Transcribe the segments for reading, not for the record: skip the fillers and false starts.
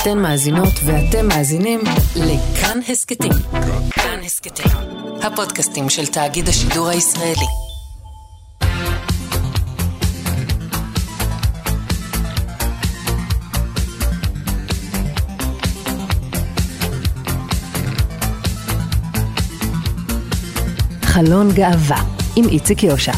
אתן מאזינות ואתם מאזינים לכאן הסקטים. כאן הסקטים, הפודקאסטים של תאגיד השידור הישראלי. חלון גאווה עם איציק יושע.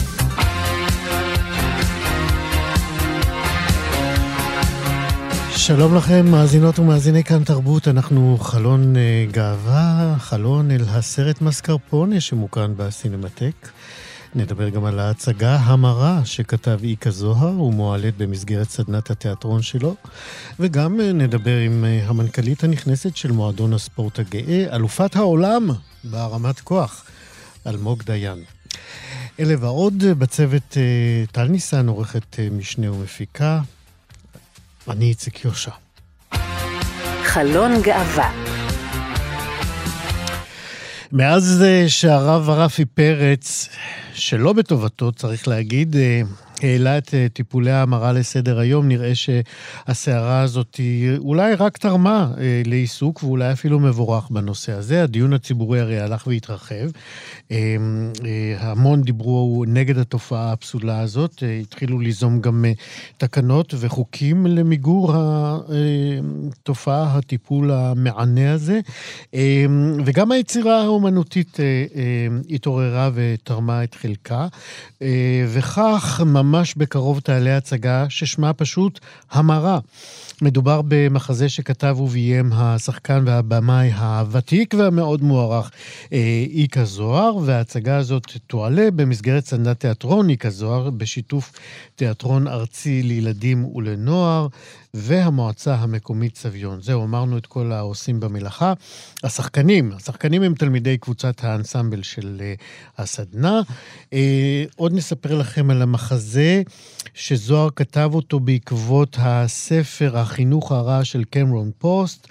שלום לכם, מאזינות ומאזיני כאן תרבות. אנחנו חלון גאווה, חלון אל הסרט מסקרפונה שמוקרן בסינמטק. נדבר גם על ההצגה המרה שכתב איקה זוהר ומועלת במסגרת סדנת התיאטרון שלו, וגם נדבר עם המנכ"לית הנכנסת של מועדון הספורט הגאה, אלופת העולם בהרמת כוח, אלמוג דיין. אלה ועוד בצוות טל ניסן, עורכת משנה ומפיקה. אני איציק יושע. חלון גאווה. מאז שהרב רפי פרץ, שלא בטובתו צריך להגיד, העלה את טיפולי ההמרה לסדר היום, נראה שהסערה הזאת אולי רק תרמה לעיסוק, ואולי אפילו מבורך בנושא הזה. הדיון הציבורי הרי הלך והתרחב. המון דיברו נגד התופעה הפסולה הזאת, התחילו ליזום גם תקנות וחוקים למיגור התופעה, הטיפול המענה הזה, וגם היצירה האומנותית התעוררה ותרמה את חלקה, וכך ממש בקרוב תעלה הצגה ששמה פשוט המרה. מדובר במחזה שכתב וביים השחקן והבמאי הוותיק והמאוד מוערך איקה זוהר, וההצגה הזאת תועלה במסגרת סדנת תיאטרון איקה זוהר בשיתוף תיאטרון ארצי לילדים ולנוער והמועצה המקומית סביון. זהו, אמרנו את כל העושים במלאכה. השחקנים הם תלמידי קבוצת האנסמבל של הסדנה. עוד נספר לכם על המחזה שזוהר כתב אותו בעקבות הספר החינוך הרע של קמרון פוסט,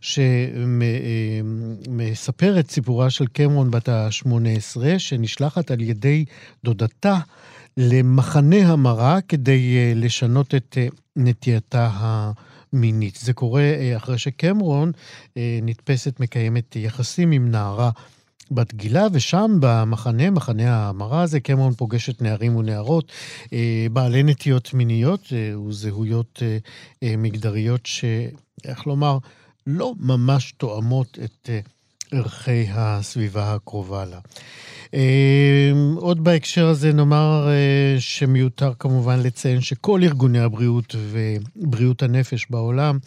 שמספר את סיפורה של קמרון בת ה-18, שנשלחת על ידי דודתה למחנה המרה כדי לשנות את נטייתה המינית. זה קורה אחרי שקמרון נתפסת מקיימת יחסים עם נערה בת גילה, ושם במחנה, מחנה ההמרה הזה, קמרון פוגשת נערים ונערות בעלי נטיות מיניות וזהויות מגדריות איך לומר, לא ממש תואמות את ערכי הסביבה הקרובה לה. עוד בהקשר הזה נאמר שמיותר כמובן לציין שכל ארגוני הבריאות ובריאות הנפש בעולם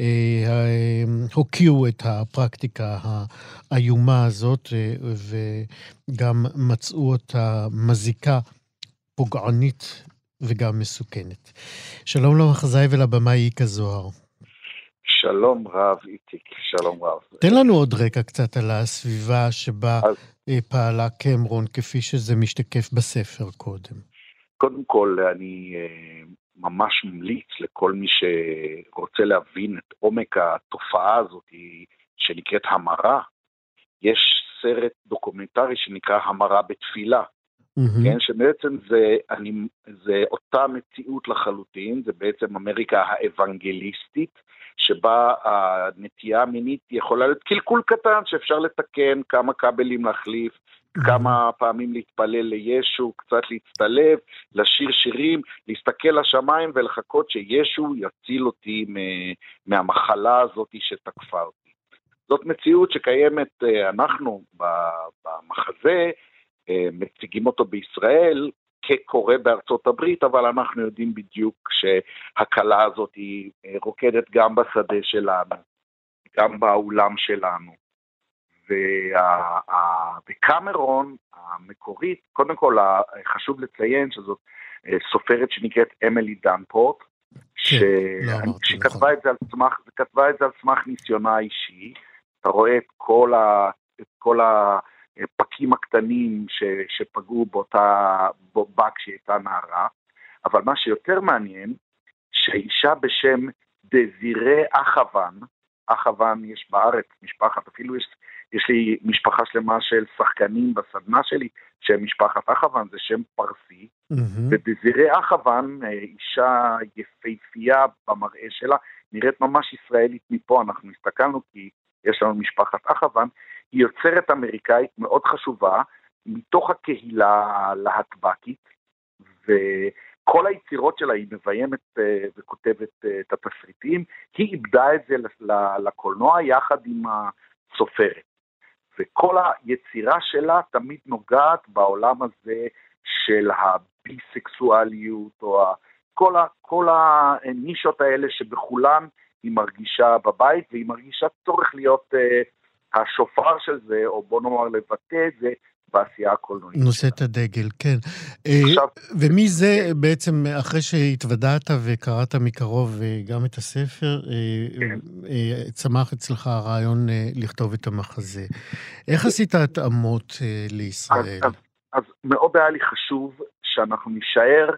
הוקיעו את הפרקטיקה האיומה הזאת, וגם מצאו אותה מזיקה, פוגענית וגם מסוכנת. שלום למחזאי ולבמאי איקה זוהר. שלום רב איציק, שלום רב. תן לנו עוד רקע קצת על הסביבה שבה פעלה קמרון, כפי שזה משתקף בספר קודם. קודם כל, אני ממש ממליץ לכל מי שרוצה להבין את עומק התופעה הזאת שנקראת המרה. יש סרט דוקומנטרי שנקרא המרה בתפילה, כן, שבעצם זה אותה מציאות לחלוטין, זה בעצם אמריקה האבנגליסטית, שבה הנטייה המינית יכולה להיות קלקול קטן, שאפשר לתקן, כמה כבלים להחליף, כמה פעמים להתפלל לישו, קצת להצטלב, לשיר שירים, להסתכל לשמיים ולחכות שישו יציל אותי מהמחלה הזאת שתקפה אותי. זאת מציאות שקיימת, אנחנו במחזה, מציגים אותו בישראל כקורה בארצות הברית, אבל אנחנו יודעים בדיוק שהקלה הזאת היא רוקדת גם בשדה שלנו, גם באולם שלנו. וקמרון המקורית, קודם כל חשוב לציין שזאת סופרת שנקראת אמילי דנפורט, שכתבה את זה על סמך ניסיונה האישי. אתה רואה את כל הפקים הקטנים שפגעו בה כשהיא הייתה נערה, אבל מה שיותר מעניין, שאישה בשם דזירה אחוון, אחוון יש בארץ, משפחת, אפילו יש לי משפחה שלמה של שחקנים בסדנה שלי, שהם משפחת אחוון, זה שם פרסי, ובזירי אחוון, אישה יפהפייה במראה שלה, נראית ממש ישראלית מפה, אנחנו הסתכלנו כי יש לנו משפחת אחוון, היא יוצרת אמריקאית מאוד חשובה, מתוך הקהילה הלהטבקית, וכל היצירות שלה היא מביימת וכותבת את התסריטים, היא איבדה את זה לקולנוע יחד עם הסופרת, וכל היצירה שלה תמיד נוגעת בעולם הזה של הביסקסואליות, או כל הנישות האלה שבכולן היא מרגישה בבית, והיא מרגישה צורך להיות השופר של זה, או בוא נאמר לבטא את זה, בעשייה הקולנועית. נושא את הדגל, כן. ומי זה בעצם, אחרי שהתוודעת וקראת מקרוב גם את הספר, צמח אצלך הרעיון לכתוב את המחזה. איך עשית התאמות לישראל? אז מאוד היה לי חשוב שאנחנו נשאר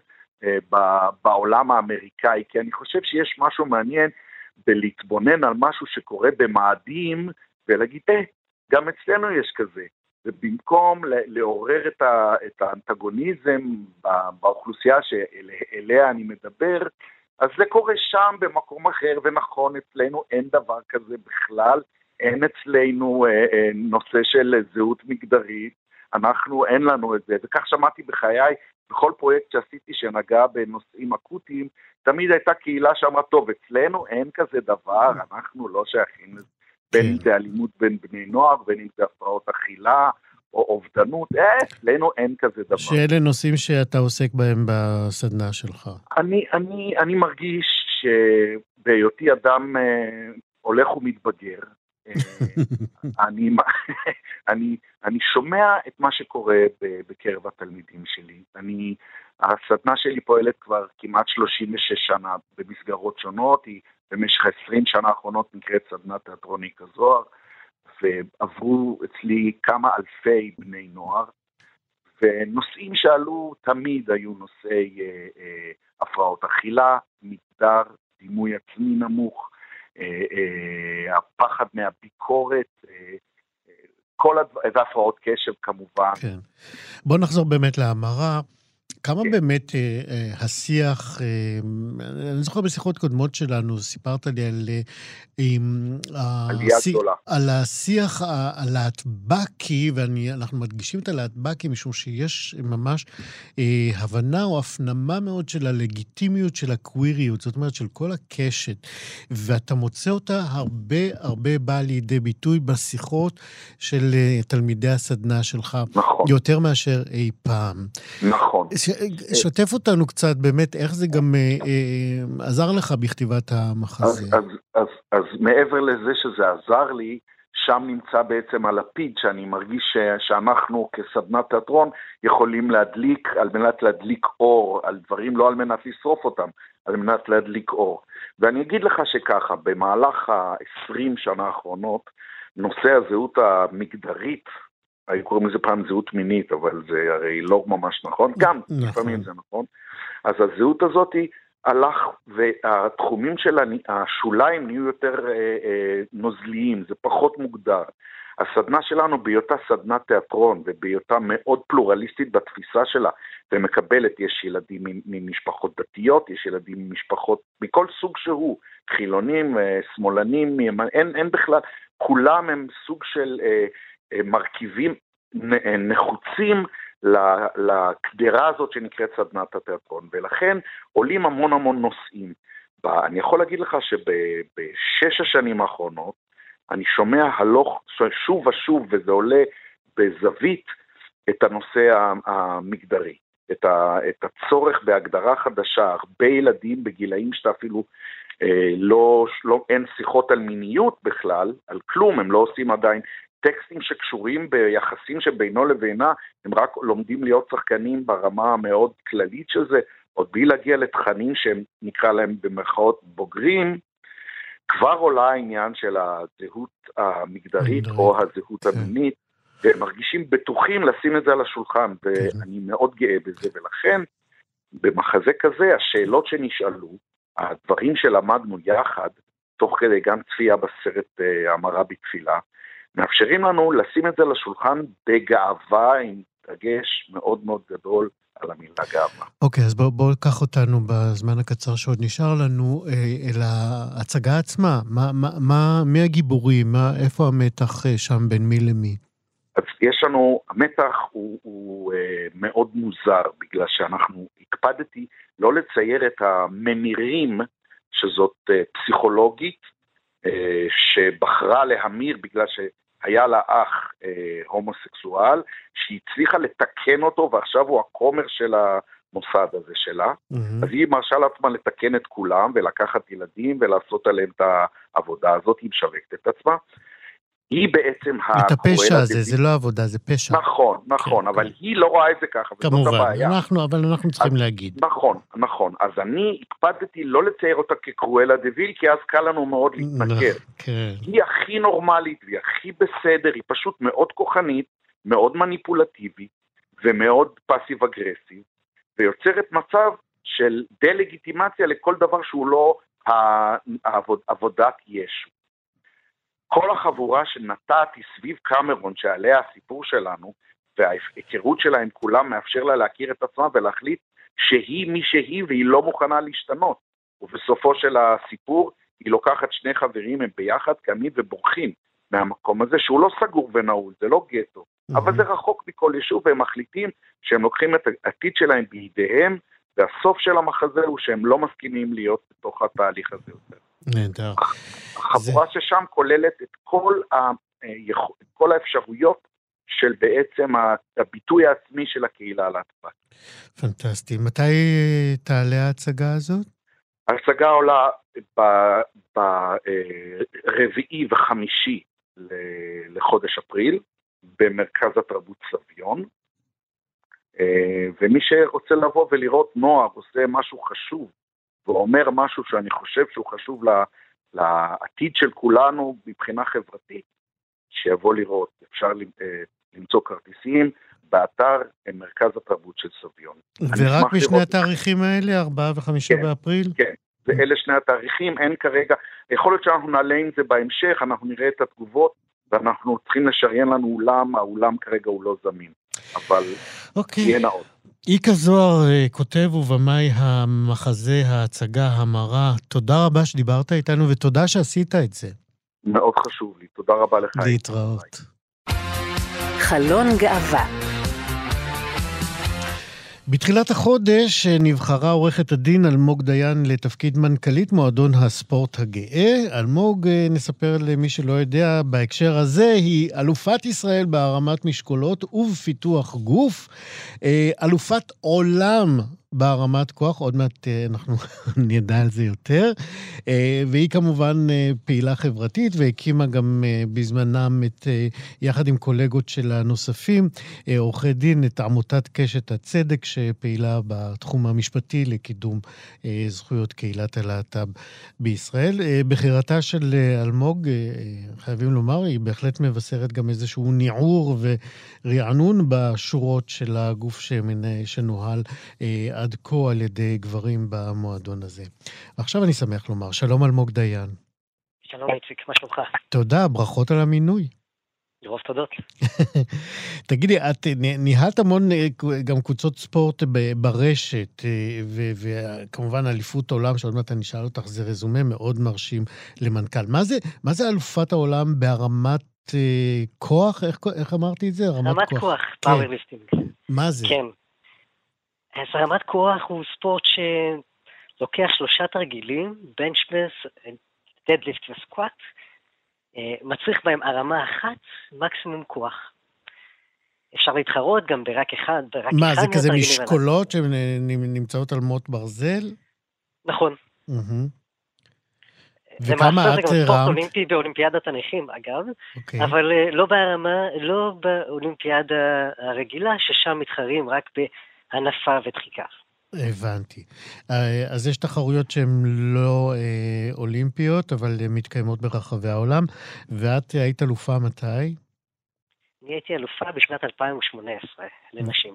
בעולם האמריקאי, כי אני חושב שיש משהו מעניין בלהתבונן על משהו שקורה במאדים, ולהגיד, גם אצלנו יש כזה. ובמקום לעורר את האנטגוניזם באוכלוסייה שאליה אני מדבר, אז זה קורה שם במקום אחר, ונכון, אצלנו אין דבר כזה בכלל, אין אצלנו נושא של זהות מגדרית, אין לנו את זה, וכך שמעתי בחיי, בכל פרויקט שעשיתי שנגע בנושאים אקוטיים, תמיד הייתה קהילה שאמרה, טוב, אצלנו אין כזה דבר, אנחנו לא שייכים לזה. בין אם זה אלימות בין בני נוער, בין אם זה הפרעות אכילה, או אובדנות, אצלנו אין כזה דבר. שאלה נושאים שאתה עוסק בהם בסדנה שלך. אני מרגיש שבהיותי אדם הולך ומתבגר, אני שומע את מה שקורה בקרב התלמידים שלי. הסדנה שלי פועלת כבר כמעט 36 שנה במסגרות שונות, היא במשך 20 שנה האחרונות נקראת סדנת תיאטרוניקה זוהר, ועברו אצלי כמה אלפי בני נוער, ונושאים שעלו תמיד היו נושאי הפרעות אכילה, מגדר, דימוי עצמי נמוך, הפחד מהביקורת, והפרעות קשב כמובן. כן. בוא נחזור באמת להמרה. כמה באמת השיח, אני זוכר בשיחות קודמות שלנו, סיפרת לי על השיח הלהטבקי, ואנחנו מדגישים את הלהטבקי, משום שיש ממש הבנה או הפנמה מאוד של הלגיטימיות של הקוויריות, זאת אומרת של כל הקשת, ואתה מוצא אותה הרבה באה לידי ביטוי בשיחות של תלמידי הסדנה שלך, נכון. יותר מאשר אי פעם. נכון. שתף אותנו קצת באמת, איך זה גם עזר לך בכתיבת המחזה. אז מעבר לזה שזה עזר לי, שם נמצא בעצם הלפיד, שאני מרגיש שאנחנו כסדנת תיאטרון יכולים להדליק, על מנת להדליק אור, על דברים לא על מנת לשרוף אותם, על מנת להדליק אור. ואני אגיד לך שככה, במהלך ה-20 שנה האחרונות, נושא הזהות המגדרית, היו קוראים לזה פעם זהות מינית, אבל זה הרי לא ממש נכון, גם לפעמים זה נכון. אז הזהות הזאת הלך, והתחומים של השוליים נהיו יותר נוזליים, זה פחות מוגדר. הסדנה שלנו בהיותה סדנת תיאטרון, ובהיותה מאוד פלורליסטית בתפיסה שלה, ומקבלת, יש ילדים ממשפחות דתיות, יש ילדים ממשפחות מכל סוג שהוא, חילונים, שמאלנים, אין בכלל, כולם הם סוג של מרכיבים נחוצים לקדרה הזאת שנקראת סדנת התיאטרון, ולכן עולים המון נושאים. אני יכול להגיד לך שבשש השנים האחרונות, אני שומע הלוך שוב ושוב, וזה עולה בזווית, את הנושא המגדרי, את הצורך בהגדרה חדשה, הרבה ילדים בגילאים שאתה אפילו אין שיחות על מיניות בכלל, על כלום, הם לא עושים עדיין טקסטים שקשורים ביחסים שבינו לבינה, הם רק לומדים להיות שחקנים ברמה המאוד כללית של זה, עוד בלי להגיע לתכנים שהם נקרא להם במרכאות בוגרים, כבר עולה העניין של הזהות המגדרית או הזהות המינית, והם מרגישים בטוחים לשים את זה על השולחן, ואני מאוד גאה בזה, ולכן במחזה כזה השאלות שנשאלו, הדברים שלמדנו יחד, תוך כדי גם צפייה בסרט המרה בתפילה, מאפשרים לנו לשים את זה לשולחן בגאווה, עם דגש מאוד מאוד גדול על המילה גאווה. אוקיי, אז בואו לקח אותנו בזמן הקצר שעוד נשאר לנו אל ההצגה עצמה. מי הגיבורים? איפה המתח שם בין מי למי? אז יש לנו, המתח הוא מאוד מוזר, בגלל שאנחנו הקפדתי לא לצייר את הממירים, שזאת פסיכולוגית, שבחרה להמיר בגלל שהיה לה אח הומוסקסואל, שהיא הצליחה לתקן אותו, ועכשיו הוא הכומר של המוסד הזה שלה. אז היא מרשה לעצמה לתקן את כולם, ולקחת ילדים, ולעשות עליהם את העבודה הזאת, היא משווקת את עצמה. היא בעצם את הפשע הזה, זה לא עבודה, זה פשע. נכון, אבל היא לא רואה את זה ככה, וזאת הבעיה. אבל אנחנו צריכים להגיד. נכון. אז אני הקפדתי לא לצייר אותה כקרואלה דוויל, כי אז קל לנו מאוד להתנכר. היא הכי נורמלית, והיא הכי בסדר, היא פשוט מאוד כוחנית, מאוד מניפולטיבית, ומאוד פאסיב אגרסיב, ויוצרת מצב של דה-לגיטימציה לכל דבר שהוא לא עבודת ישו. כל החבורה שנתתי סביב קמרון, שעליה הסיפור שלנו, וההיכרות שלה עם כולם מאפשר לה להכיר את עצמה ולהחליט שהיא מי שהיא והיא לא מוכנה להשתנות. ובסופו של הסיפור היא לוקחת שני חברים, הם ביחד קמים ובורחים מהמקום הזה, שהוא לא סגור ונעול, זה לא גטו, אבל זה רחוק מכל יישוב, והם מחליטים שהם לוקחים את העתיד שלהם בידיהם, והסוף של המחזה הוא שהם לא מסכימים להיות בתוך התהליך הזה יותר. נהדר. החבורה ששם כוללת את כל האפשרויות של בעצם הביטוי העצמי של הקהילה הלהט"בית. פנטסטי. מתי תעלה ההצגה הזאת? ההצגה עולה ברביעי וחמישי לחודש אפריל, במרכז התרבות סביון, ומי שרוצה לבוא ולראות נוער עושה משהו חשוב, ואומר משהו שאני חושב שהוא חשוב לעתיד של כולנו מבחינה חברתית, שיבוא לראות. אפשר למצוא כרטיסים באתר מרכז התרבות של סביון. ורק בשני התאריכים האלה, 4 ו5 באפריל? כן, ואלה שני התאריכים, אין כרגע, יכול להיות שאנחנו נעלה עם זה בהמשך, אנחנו נראה את התגובות, ואנחנו צריכים לשריין לנו אולם, האולם כרגע הוא לא זמין, אבל יהיה נאות. איקה זוהר כותב ובמאי המחזה, ההצגה, המרה, תודה רבה שדיברת איתנו, ותודה שעשית את זה. מאוד חשוב לי, תודה רבה לך. להתראות. חלון גאווה. בתחילת החודש נבחרה עורכת הדין אלמוג דיין לתפקיד מנכ"לית מועדון הספורט הגאה. אלמוג, נספר למי שלא יודע, בהקשר הזה היא אלופת ישראל בהרמת משקולות ובפיתוח גוף, אלופת עולם בהרמת כוח, עוד מעט אנחנו נדע על זה יותר, והיא כמובן פעילה חברתית, והקימה גם בזמנם יחד עם קולגות שלה נוספים, עורכי דין, את עמותת קשת הצדק, שפעילה בתחום המשפטי לקידום זכויות קהילת הלהט"ב בישראל. בחירתה של אלמוג, חייבים לומר, היא בהחלט מבשרת גם איזשהו ניעור ורענון בשורות של הגוף שנוהל עד כה על ידי גברים במועדון הזה. עכשיו אני שמח לומר, שלום אלמוג דיין. שלום איציק, מה שלומך? תודה, ברכות על המינוי. לרוב תודות. תגידי, את ניהלת המון גם קבוצות ספורט ברשת, וכמובן אליפות העולם, שעוד מעט אני שאל אותך, זה רזומה מאוד מרשים למנכ"ל. מה זה אלופת העולם בהרמת כוח? איך אמרתי את זה? רמת כוח, פאוורליפטינג. מה זה? כן. אז הרמת כוח הוא ספורט שלוקח 3 תרגילים, בנץ' פרס, דדליפט וסקואט, מצריך בהם הרמה אחת, מקסימום כוח. אפשר להתחרות גם ברק אחד, מה, זה כזה משקולות שנמצאות על מוט ברזל? נכון. וכמה את רמת? זה גם ספורט אולימפי באולימפיאדת הנכים, אגב, אבל לא ברמה, לא באולימפיאדה הרגילה, ששם מתחרים רק בהנפה ודחיקה. הבנתי. אז יש תחרויות שהן לא אולימפיות, אבל מתקיימות ברחבי העולם, ואת היית אלופה מתי? אני הייתי אלופה בשנת 2018 לנשים.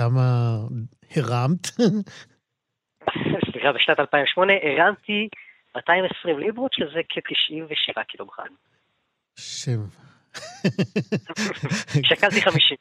וכמה הרמת? סליחה, בשנת 2008 הרמתי 220 ליברות, שזה כ-97 קילוגרם. שם. שקלתי 50.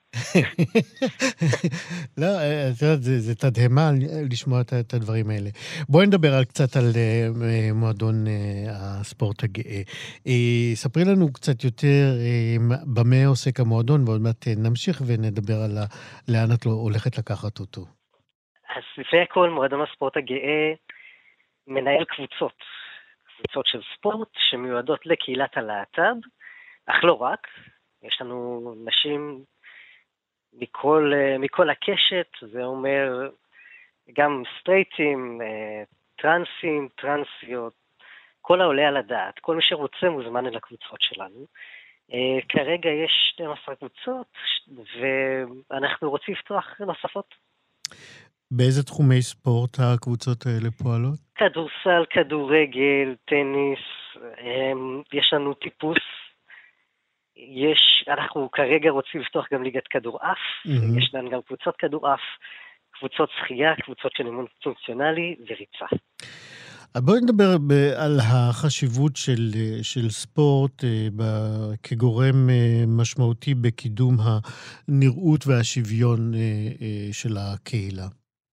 לא, זה תדהמה לשמוע את הדברים האלה. בואי נדבר קצת על מועדון הספורט הגאה. ספרי לנו קצת יותר במה עוסק המועדון, ועוד מעט נמשיך ונדבר על לאן את הולכת לקחת אותו. אז לפני הכל, מועדון הספורט הגאה מנהל קבוצות של ספורט שמיועדות לקהילת הלהט"ב, אך לא רק. יש לנו נשים מכל הקשת, זה אומר גם סטרייטים, טרנסים, טרנסיות, כל העולה על הדעת, כל מי שרוצה מוזמן אל הקבוצות שלנו. כרגע יש 12 קבוצות, ואנחנו רוצים לפתוח נוספות. באיזה תחומי ספורט הקבוצות האלה פועלות? כדורסל, כדורגל, טניס, יש לנו טיפוס, אנחנו כרגע רוצים לפתוח גם ליגת כדורעף, יש לנו גם קבוצות כדורעף, קבוצות שחייה, קבוצות של אימון פונקציונלי וריצה. בואי נדבר על החשיבות של ספורט כגורם משמעותי בקידום הנראות והשוויון של הקהילה.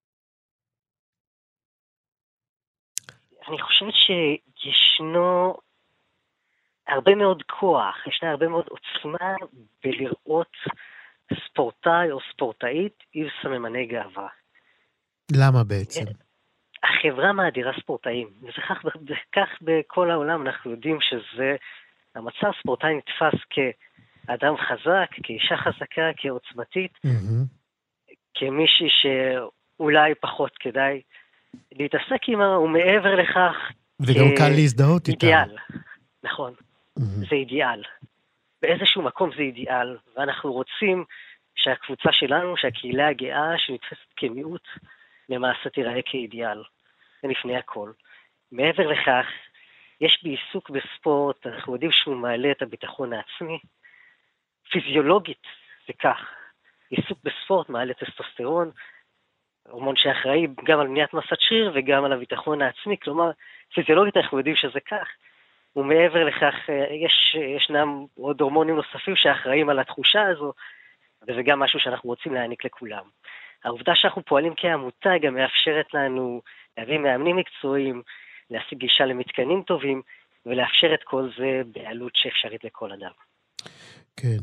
אני חושבת שישנו הרבה מאוד כוח, ישנה הרבה מאוד עוצמה בלראות ספורטאי או ספורטאית עם סממני גאווה. למה בעצם? החברה מאדירה ספורטאים, וכך בכל העולם אנחנו יודעים שזה, המצב ספורטאי נתפס כאדם חזק, כאישה חזקה, כעוצמתית, כמישהי שאולי פחות כדאי להתעסק עימה, ומעבר לכך, וגם קל להזדהות איתה. אידיאל, נכון, זה אידיאל. באיזשהו מקום זה אידיאל, ואנחנו רוצים שהקבוצה שלנו, שהקהילה הגאה, שנתפסת כמיעוט, למעשה תיראה כאידיאל, ולפני הכל. מעבר לכך, יש בעיסוק בספורט, אנחנו יודעים שהוא מעלה את הביטחון העצמי, פיזיולוגית זה כך, עיסוק בספורט מעלה טסטוסטרון, הורמון שאחראי גם על בניית מסת שריר וגם על הביטחון העצמי, כלומר, פיזיולוגית אנחנו יודעים שזה כך, ומעבר לכך ישנם עוד הורמונים נוספים שאחראים על התחושה הזו, וזה גם משהו שאנחנו רוצים להעניק לכולם. העובדה שאנחנו פועלים כעמותה גם מאפשרת לנו להביא מאמנים מקצועיים, להשיג גישה למתקנים טובים, ולאפשר את כל זה בעלות שאפשרית לכל אדם. כן.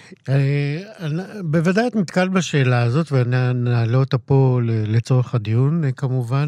בוודאי את נתקל בשאלה הזאת, ונעלה אותה פה לצורך הדיון, כמובן.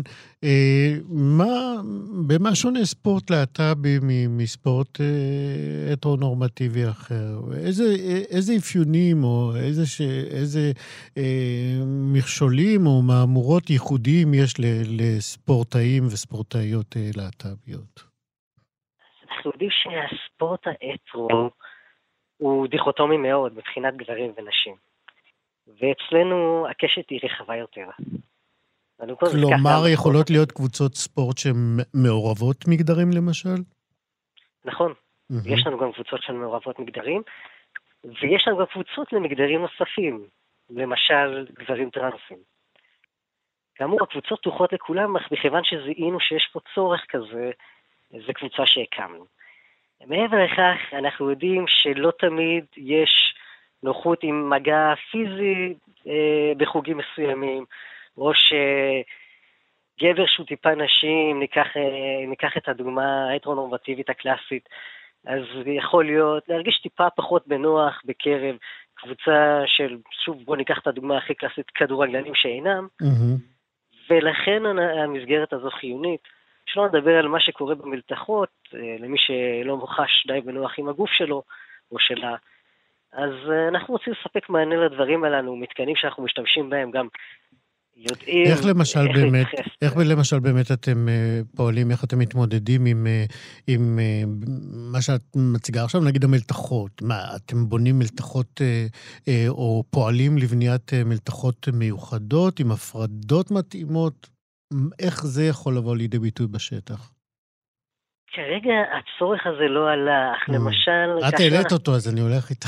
במה שונה ספורט להט"בי מספורט הטרונורמטיבי אחר? איזה אפיונים או איזה מכשולים או מאמורות ייחודיים יש לספורטאים וספורטאיות להט"ביות? אנחנו יודעים שהספורט ההטרו הוא דיכוטומי מאוד מבחינת גברים ונשים. ואצלנו הקשת היא רחבה יותר. כלומר, יכולות להיות קבוצות ספורט שהן מעורבות מגדרים למשל? נכון. יש לנו גם קבוצות שהן מעורבות מגדרים, ויש לנו גם קבוצות למגדרים נוספים, למשל גברים טרנסים. כאמור, הקבוצות פתוחות לכולם, אך מכיוון שזיהינו שיש פה צורך כזה, זו קבוצה שהקמנו. מעבר לכך, אנחנו יודעים שלא תמיד יש נוחות עם מגע פיזי בחוגים מסוימים, או שגבר שהוא טיפה נשים, ניקח את הדוגמה ההטרונורמטיבית הקלאסית, אז יכול להיות להרגיש טיפה פחות בנוח בקרב קבוצה של, שוב בוא ניקח את הדוגמה הכי קלאסית, כדורגלנים שאינם, ולכן המסגרת הזו חיונית. שלא נדבר על מה שקורה במלתחות, למי שלא מוחש די בנוח עם הגוף שלו או שלה. אז אנחנו רוצים לספק מענה לדברים הללו, מתקנים שאנחנו משתמשים בהם גם יודעים איך למשל באמת אתם פועלים, איך אתם מתמודדים עם מה שאת מציגה עכשיו, נגיד המלתחות. מה, אתם בונים מלתחות או פועלים לבניית מלתחות מיוחדות עם הפרדות מתאימות? איך זה יכול לבוא לידי ביטוי בשטח? כרגע הצורך הזה לא עלה, אך למשל... את העלית אותו, אז אני הולך איתך.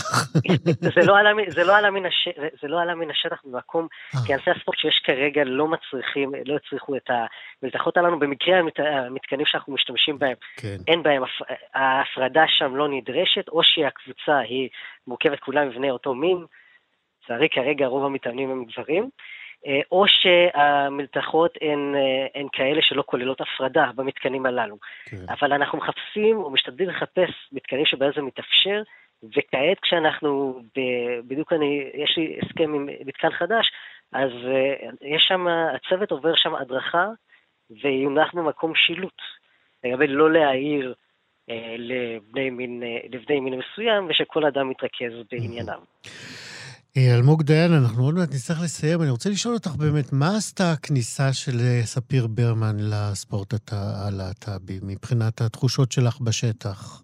זה לא עלה מן השטח במקום, כי ענפי הספורט שיש כרגע לא הצריכו את המלתחות עלינו, במקרה המתקנים שאנחנו משתמשים בהם, אין בהם, ההפרדה שם לא נדרשת, או שהקבוצה היא מורכבת כולה מבני אותו מין, לצערי כרגע רוב המתאמנים הם גברים, או שהמלתחות הן כאלה שלא כוללות הפרדה במתקנים הללו. אבל אנחנו מחפשים או משתדלים לחפש מתקנים שבהם זה מתאפשר, וכעת כשאנחנו, בדיוק יש לי הסכם עם מתקן חדש, אז יש שם, הצוות עובר שם הדרכה, ויונח במקום שילוט, לגבי לא להעיר לבני מין מסוים, ושכל אדם מתרכז בענייניו. אלמוג דיין, אנחנו עוד מעט נצטרך לסיים. אני רוצה לשאול אותך באמת, מה עשתה הכניסה של ספיר ברמן לספורט הלהט"בי, מבחינת התחושות שלך בשטח?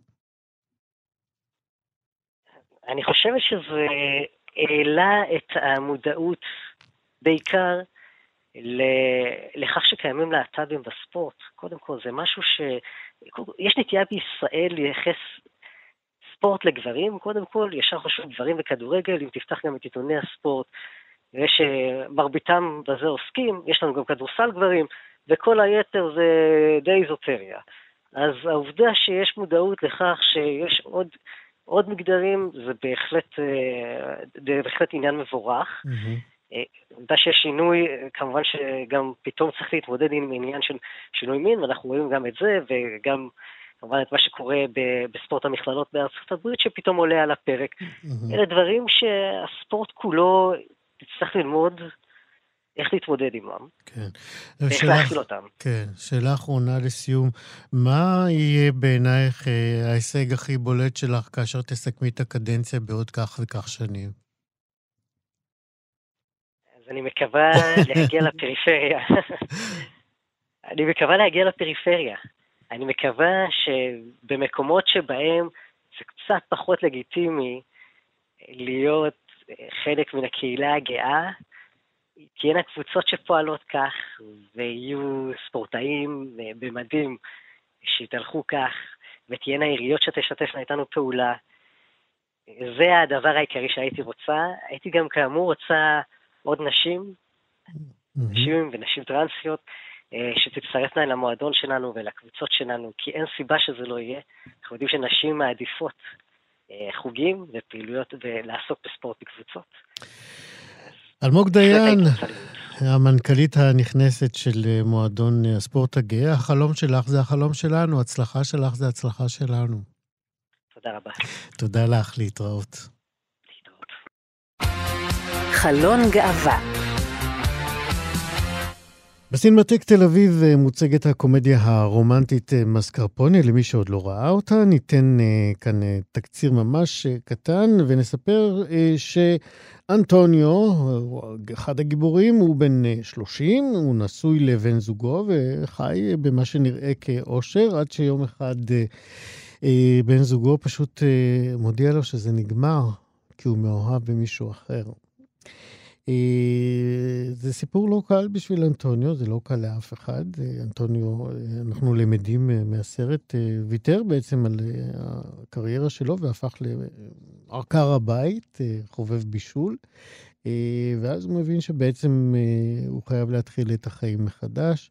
אני חושבת שזה העלה את המודעות בעיקר לכך שקיימים להט"בים בספורט. קודם כל, זה משהו יש נטייה בישראל לייחס ספורט לגברים, קודם כל, ישר חשוב גברים וכדורגל, אם תפתח גם את עיתוני הספורט, ויש מרביתם בזה עוסקים, יש לנו גם כדורסל גברים, וכל היתר זה די איזוטריה. אז העובדה שיש מודעות לכך שיש עוד מגדרים, זה בהחלט עניין מבורך. עובדה שיש שינוי, כמובן שגם פתאום צריך להתמודד עם עניין של שינוי מין, ואנחנו רואים גם את זה, וגם כמובן את מה שקורה בספורט המכללות בארצות הברית, שפתאום עולה על הפרק. אלה דברים שהספורט כולו תצטרך ללמוד איך להתמודד עימם. כן. ואיך להכיל אותם. כן. שאלה אחרונה לסיום. מה יהיה בעינייך ההישג הכי בולט שלך כאשר תסכמי את הקדנציה בעוד כך וכך שנים? אז אני מקווה להגיע לפריפריה. אני מקווה שבמקומות שבהם זה קצת פחות לגיטימי להיות חלק מן הקהילה הגאה, תהיינה קבוצות שפועלות כך, ויהיו ספורטאים במדים שיתהלכו כך, ותהיינה עיריות שתשתפנה איתנו פעולה. זה הדבר העיקרי שהייתי רוצה. הייתי גם כאמור רוצה עוד נשים ונשים טרנסיות, שתצטרפנה למועדון שלנו ולקבוצות שלנו, כי אין סיבה שזה לא יהיה. אנחנו יודעים שנשים מעדיפות חוגים ופעילויות ולעסוק בספורט בקבוצות. אלמוג דיין, המנכ"לית הנכנסת של מועדון הספורט הגאה, החלום שלך זה החלום שלנו, הצלחה שלך זה הצלחה שלנו. תודה רבה. תודה לך, להתראות. חלון גאווה. בסינמטק תל אביב מוצגת הקומדיה הרומנטית מסקרפונה, למי שעוד לא ראה אותה. ניתן כאן תקציר ממש קטן ונספר שאנטוניו, אחד הגיבורים, הוא בן 30, הוא נשוי לבן זוגו וחי במה שנראה כאושר, עד שיום אחד בן זוגו פשוט מודיע לו שזה נגמר, כי הוא מאוהב במישהו אחר. זה סיפור לא קל בשביל אנטוניו, זה לא קל לאף אחד. אנטוניו, אנחנו למדים מהסרט, ויתר בעצם על הקריירה שלו והפך לעקר הבית, חובב בישול, ואז הוא מבין שבעצם הוא חייב להתחיל את החיים מחדש.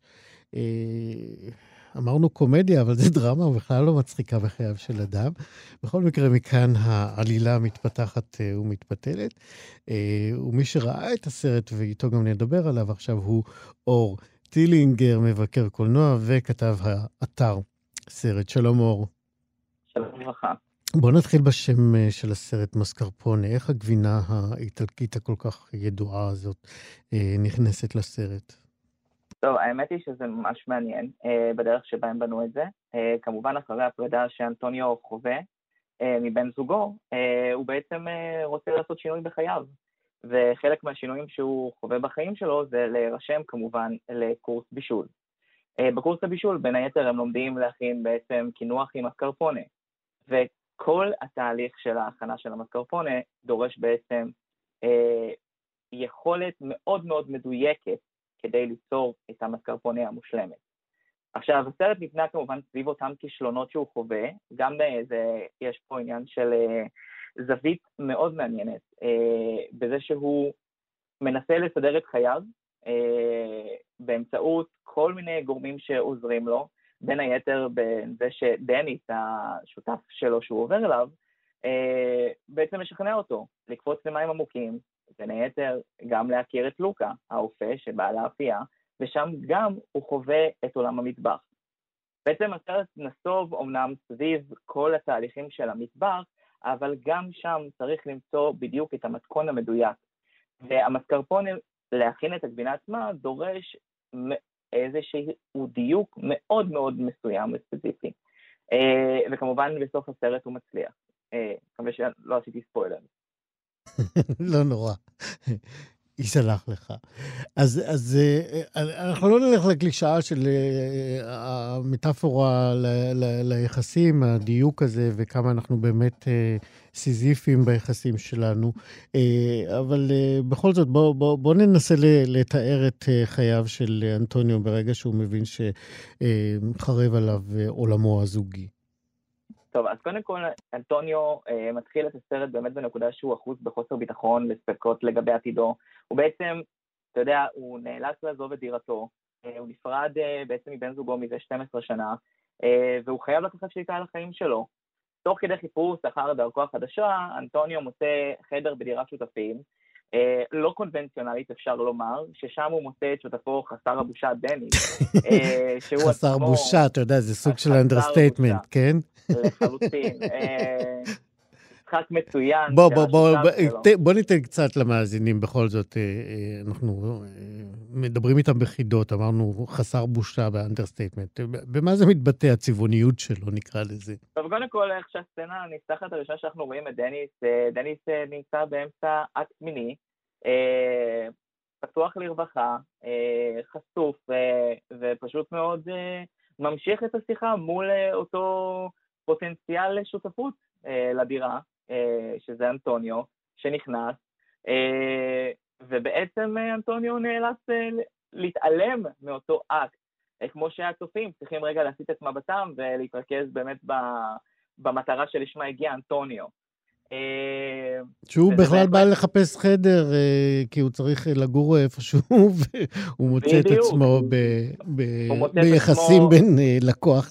אמרנו קומדיה, אבל זה דרמה, ובכלל לא מצחיקה בחייו של אדם. בכל מקרה, מכאן העלילה מתפתחת ומתפתלת. ומי שראה את הסרט, ואיתו גם נדבר עליו עכשיו, הוא אור טילינגר, מבקר קולנוע וכתב האתר סרט. שלום אור. שלום וברכה. בוא נתחיל בשם של הסרט מסקרפונה. איך הגבינה האיטלקית הכל כך ידועה הזאת נכנסת לסרט? טוב, האמת היא שזה ממש מעניין בדרך שבה הם בנו את זה. כמובן אחרי הפרידה שאנטוניו חווה מבן זוגו, הוא בעצם רוצה לעשות שינוי בחייו. וחלק מהשינויים שהוא חווה בחיים שלו זה להירשם כמובן לקורס בישול. בקורס הבישול בין היתר הם לומדים להכין בעצם קינוח עם מסקרפונה. וכל התהליך של ההכנה של המסקרפונה דורש בעצם יכולת מאוד מאוד מדויקת כדי ליצור את המסקרפונה המושלמת. עכשיו, הסרט נבנה כמובן סביב אותם כישלונות שהוא חווה, גם יש פה עניין של זווית מאוד מעניינת, בזה שהוא מנסה לסדר את חייו, באמצעות כל מיני גורמים שעוזרים לו, בין היתר בזה שדניס, השותף שלו שהוא עובר אליו, בעצם משכנע אותו לקפוץ למים עמוקים, בין היתר גם להכיר את לוקה, האופה שבא לאפייה, ושם גם הוא חווה את עולם המטבח. בעצם הסרט נסוב אומנם סביב כל התהליכים של המטבח, אבל גם שם צריך למצוא בדיוק את המתכון המדויק. והמסקרפונה להכין את הגבינה עצמה דורש איזשהו דיוק מאוד מאוד מסוים וספציפי. וכמובן בסוף הסרט הוא מצליח. מקווה שלא עשיתי ספוילר. לא נורא. יסלח לך. אז אנחנו לא נלך לקלישאה של המטאפורה ליחסים, הדיוק הזה, וכמה אנחנו באמת סיזיפיים ביחסים שלנו. אבל בכל זאת, בוא ננסה לתאר את חייו של אנטוניו ברגע שהוא מבין שחרב עליו עולמו הזוגי. טוב, אז קודם כל, אנטוניו מתחיל את הסרט באמת בנקודה שהוא אחוז בחוסר ביטחון לספקות לגבי עתידו. הוא בעצם, אתה יודע, הוא נאלץ לעזוב את דירתו, הוא נפרד בעצם מבן זוגו מזה 12 שנה, והוא חייב לקחת שליטה על החיים שלו. תוך כדי חיפוש אחר דרכו החדשה, אנטוניו מוצא חדר בדירת שותפים, לא קונבנציונלית אפשר לומר, ששם הוא מוצא את שותפו חסר הבושה דניס. חסר בושה, אתה יודע, זה סוג של אנדרסטייטמנט, כן? לחלוטין. משחק מצוין. בוא ניתן קצת למאזינים, בכל זאת, אנחנו מדברים איתם בחידות, אמרנו חסר בושה באנדרסטייטמנט. במה זה מתבטא הצבעוניות שלו, נקרא לזה? טוב, קודם כל, איך שהסצנה נפתחת הראשונה שאנחנו רואים את דניס, דניס נמצא באמצע אקט מיני, פתוח לרווחה, חשוף, ופשוט מאוד ממשיך את השיחה מול אותו פוטנציאל לשותפות לדירה, שזה אנטוניו, שנכנס, ובעצם אנטוניו נאלץ להתעלם מאותו אקט, כמו שהצופים צריכים רגע להסיט את מבטם ולהתרכז באמת במטרה שלשמה הגיע אנטוניו. שהוא בכלל בא לחפש חדר, כי הוא צריך לגור איפשהו, והוא מוצא את עצמו ביחסים בין לקוח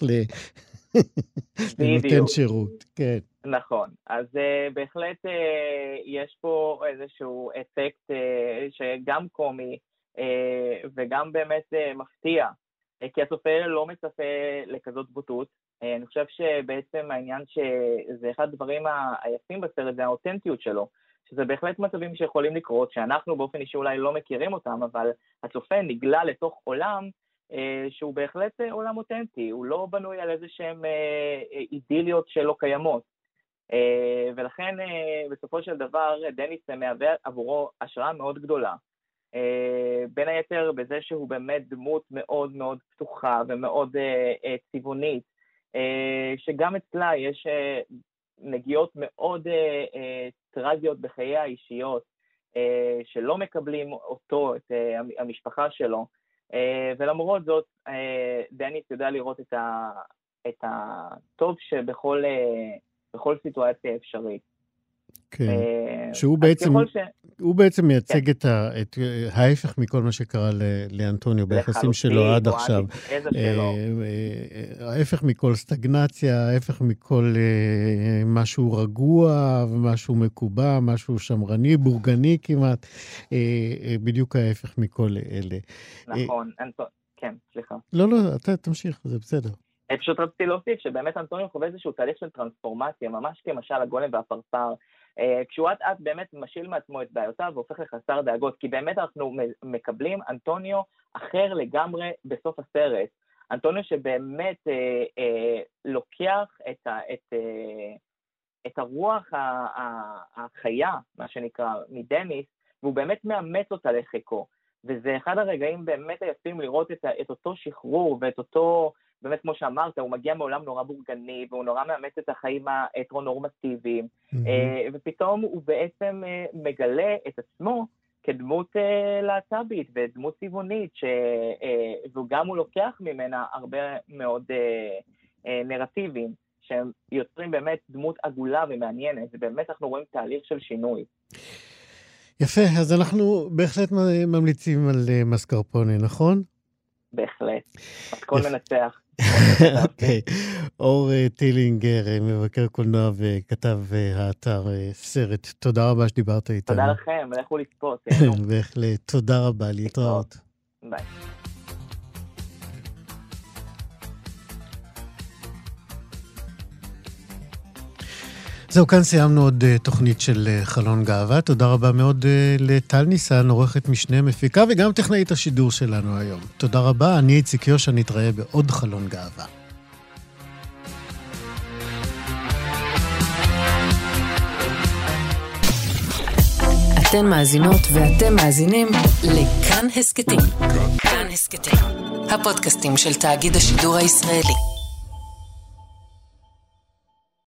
לנותן שירות. כן. נכון, אז בהחלט יש פה איזשהו אפקט שגם קומי וגם באמת מפתיע, כי הצופה לא מצפה לכזאת בוטות. אני חושב שבעצם העניין שזה אחד הדברים היפים בסרט, זה האותנטיות שלו, שזה בהחלט מצבים שיכולים לקרות, שאנחנו באופן אישי אולי לא מכירים אותם, אבל הצופה נגלה לתוך עולם שהוא בהחלט עולם אותנטי, הוא לא בנוי על איזה שהם אידיליות שלא קיימות. ולכן בסופו של דבר דניס מהווה עבורו השראה מאוד גדולה, בין היתר בזה שהוא באמת דמות מאוד מאוד פתוחה ומאוד צבעונית, שגם אצלה יש נגיעות מאוד טרגיות בחיי האישיות, שלא מקבלים אותו, את המשפחה שלו, ולמרות זאת דניס יודע לראות את הטוב שבכל סיטואציה אפשרית. כן, שהוא בעצם מייצג את ההפך מכל מה שקרה לאנטוניו ביחסים שלו עד עכשיו. ההפך מכל סטגנציה, ההפך מכל משהו רגוע ומשהו מקובע, משהו שמרני, בורגני כמעט, בדיוק ההפך מכל אלה. נכון, כן, סליחה. לא, אתה תמשיך, זה בסדר. פשוט רציתי להוסיף שבאמת אנטוניו חווה איזשהו תהליך של טרנספורמציה, ממש כמשל הגולם והפרפר, כשהוא עד באמת משיל מעצמו את בעיותיו והופך לחסר דאגות, כי באמת אנחנו מקבלים אנטוניו אחר לגמרי בסוף הסרט. אנטוניו שבאמת לוקח את הרוח החיה, מה שנקרא, מדניס, והוא באמת מאמץ אותה לחיקו. וזה אחד הרגעים באמת היפים לראות את אותו שחרור ואת אותו, באמת כמו שאמרת, הוא מגיע מעולם נורא בורגני, והוא נורא מאמץ את החיים ההטרונורמטיביים, ופתאום הוא בעצם מגלה את עצמו כדמות להט"בית ודמות צבעונית, וגם הוא לוקח ממנה הרבה מאוד נרטיבים, שהם יוצרים באמת דמות עגולה ומעניינת, ובאמת אנחנו רואים תהליך של שינוי. יפה, אז אנחנו בהחלט ממליצים על מסקרפונה, נכון? בהחלט, מתכון מנצח. אוקיי, אור טילינגר, מבקר קולנוע וכתב האתר סרט, תודה רבה שדיברת איתנו. תודה לכם, לכו לצפות. בהחלט, תודה רבה, להתראות. ביי. זהו, כאן סיימנו עוד תוכנית של חלון גאווה. תודה רבה מאוד לטל ניסן, עורכת משנה מפיקה וגם טכנאית השידור שלנו היום. תודה רבה, אני איציק יושע, נתראה בעוד חלון גאווה. אתן מאזינות ואתם מאזינים לכאן הסקטים. כאן הסקטים, הפודקאסטים של תאגיד השידור הישראלי.